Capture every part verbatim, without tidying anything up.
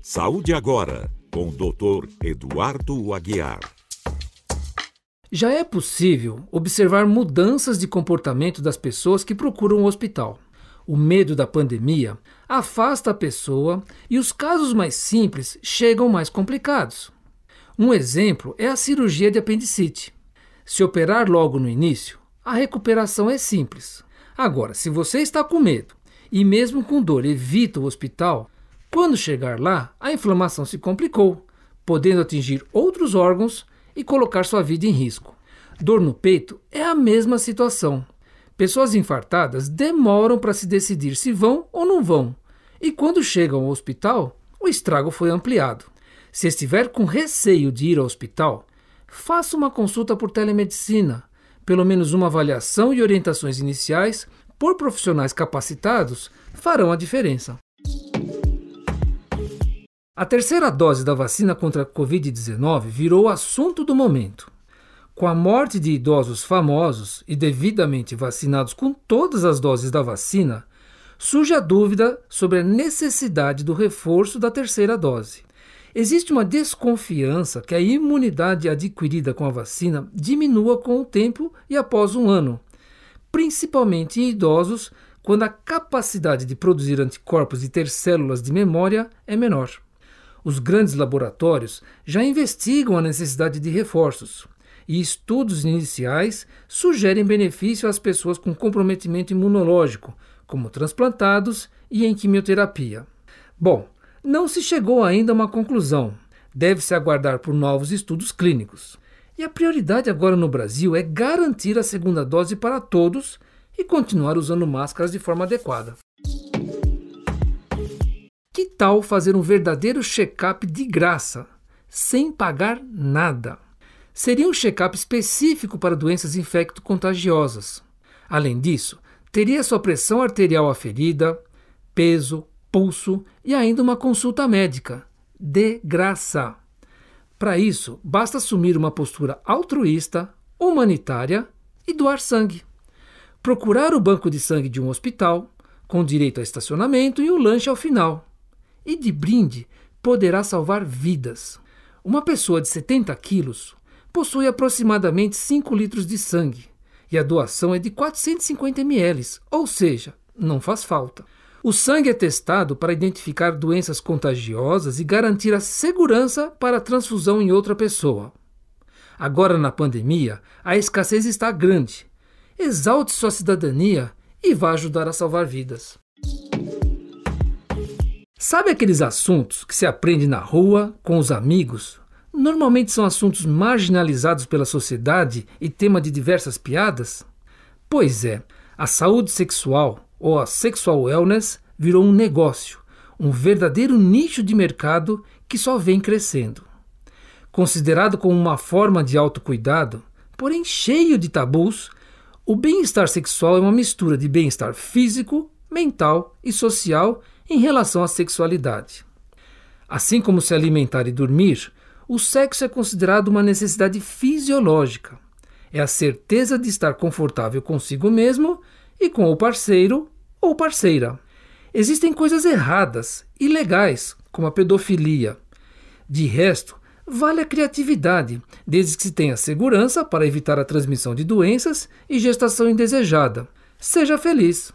Saúde Agora, com o doutor Eduardo Aguiar. Já é possível observar mudanças de comportamento das pessoas que procuram o hospital. O medo da pandemia afasta a pessoa e os casos mais simples chegam mais complicados. Um exemplo é a cirurgia de apendicite. Se operar logo no início, a recuperação é simples. Agora, se você está com medo e mesmo com dor evita o hospital, quando chegar lá, a inflamação se complicou, podendo atingir outros órgãos e colocar sua vida em risco. Dor no peito é a mesma situação. Pessoas infartadas demoram para se decidir se vão ou não vão, e quando chegam ao hospital, o estrago foi ampliado. Se estiver com receio de ir ao hospital, faça uma consulta por telemedicina, pelo menos uma avaliação e orientações iniciais por profissionais capacitados farão a diferença. A terceira dose da vacina contra a covid dezenove virou o assunto do momento. Com a morte de idosos famosos e devidamente vacinados com todas as doses da vacina, surge a dúvida sobre a necessidade do reforço da terceira dose. Existe uma desconfiança que a imunidade adquirida com a vacina diminua com o tempo e após um ano, principalmente em idosos, quando a capacidade de produzir anticorpos e ter células de memória é menor. Os grandes laboratórios já investigam a necessidade de reforços, e estudos iniciais sugerem benefício às pessoas com comprometimento imunológico, como transplantados e em quimioterapia. Bom, não se chegou ainda a uma conclusão. Deve-se aguardar por novos estudos clínicos. E a prioridade agora no Brasil é garantir a segunda dose para todos e continuar usando máscaras de forma adequada. Que tal fazer um verdadeiro check-up de graça, sem pagar nada? Seria um check-up específico para doenças infecto-contagiosas. Além disso, teria sua pressão arterial aferida, peso, pulso e ainda uma consulta médica, de graça. Para isso, basta assumir uma postura altruísta, humanitária e doar sangue. Procurar o banco de sangue de um hospital, com direito a estacionamento e um lanche ao final. E de brinde, poderá salvar vidas. Uma pessoa de setenta quilos possui aproximadamente cinco litros de sangue e a doação é de quatrocentos e cinquenta mililitros, ou seja, não faz falta. O sangue é testado para identificar doenças contagiosas e garantir a segurança para a transfusão em outra pessoa. Agora, na pandemia, a escassez está grande. Exalte sua cidadania e vá ajudar a salvar vidas. Sabe aqueles assuntos que se aprende na rua, com os amigos? Normalmente são assuntos marginalizados pela sociedade e tema de diversas piadas? Pois é, a saúde sexual, ou a sexual wellness, virou um negócio, um verdadeiro nicho de mercado que só vem crescendo. Considerado como uma forma de autocuidado, porém cheio de tabus, o bem-estar sexual é uma mistura de bem-estar físico, mental e social em relação à sexualidade. Assim como se alimentar e dormir, o sexo é considerado uma necessidade fisiológica. É a certeza de estar confortável consigo mesmo e com o parceiro ou parceira. Existem coisas erradas, ilegais, como a pedofilia. De resto, vale a criatividade, desde que se tenha segurança para evitar a transmissão de doenças e gestação indesejada. Seja feliz!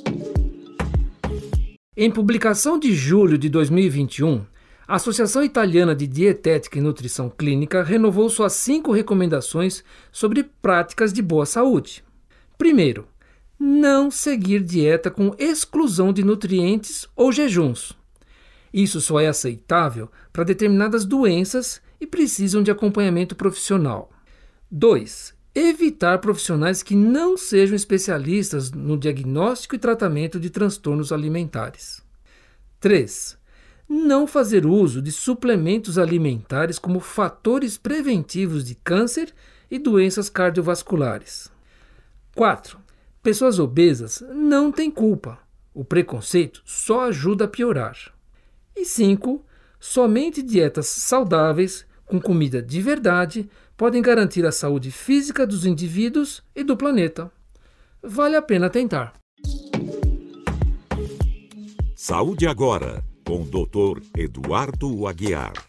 Em publicação de julho de dois mil e vinte e um, a Associação Italiana de Dietética e Nutrição Clínica renovou suas cinco recomendações sobre práticas de boa saúde. Primeiro, não seguir dieta com exclusão de nutrientes ou jejuns. Isso só é aceitável para determinadas doenças e precisam de acompanhamento profissional. dois. Evitar profissionais que não sejam especialistas no diagnóstico e tratamento de transtornos alimentares. três. Não fazer uso de suplementos alimentares como fatores preventivos de câncer e doenças cardiovasculares. quatro. Pessoas obesas não têm culpa. O preconceito só ajuda a piorar. E cinco. Somente dietas saudáveis, com comida de verdade, podem garantir a saúde física dos indivíduos e do planeta. Vale a pena tentar. Saúde Agora, com o doutor Eduardo Aguiar.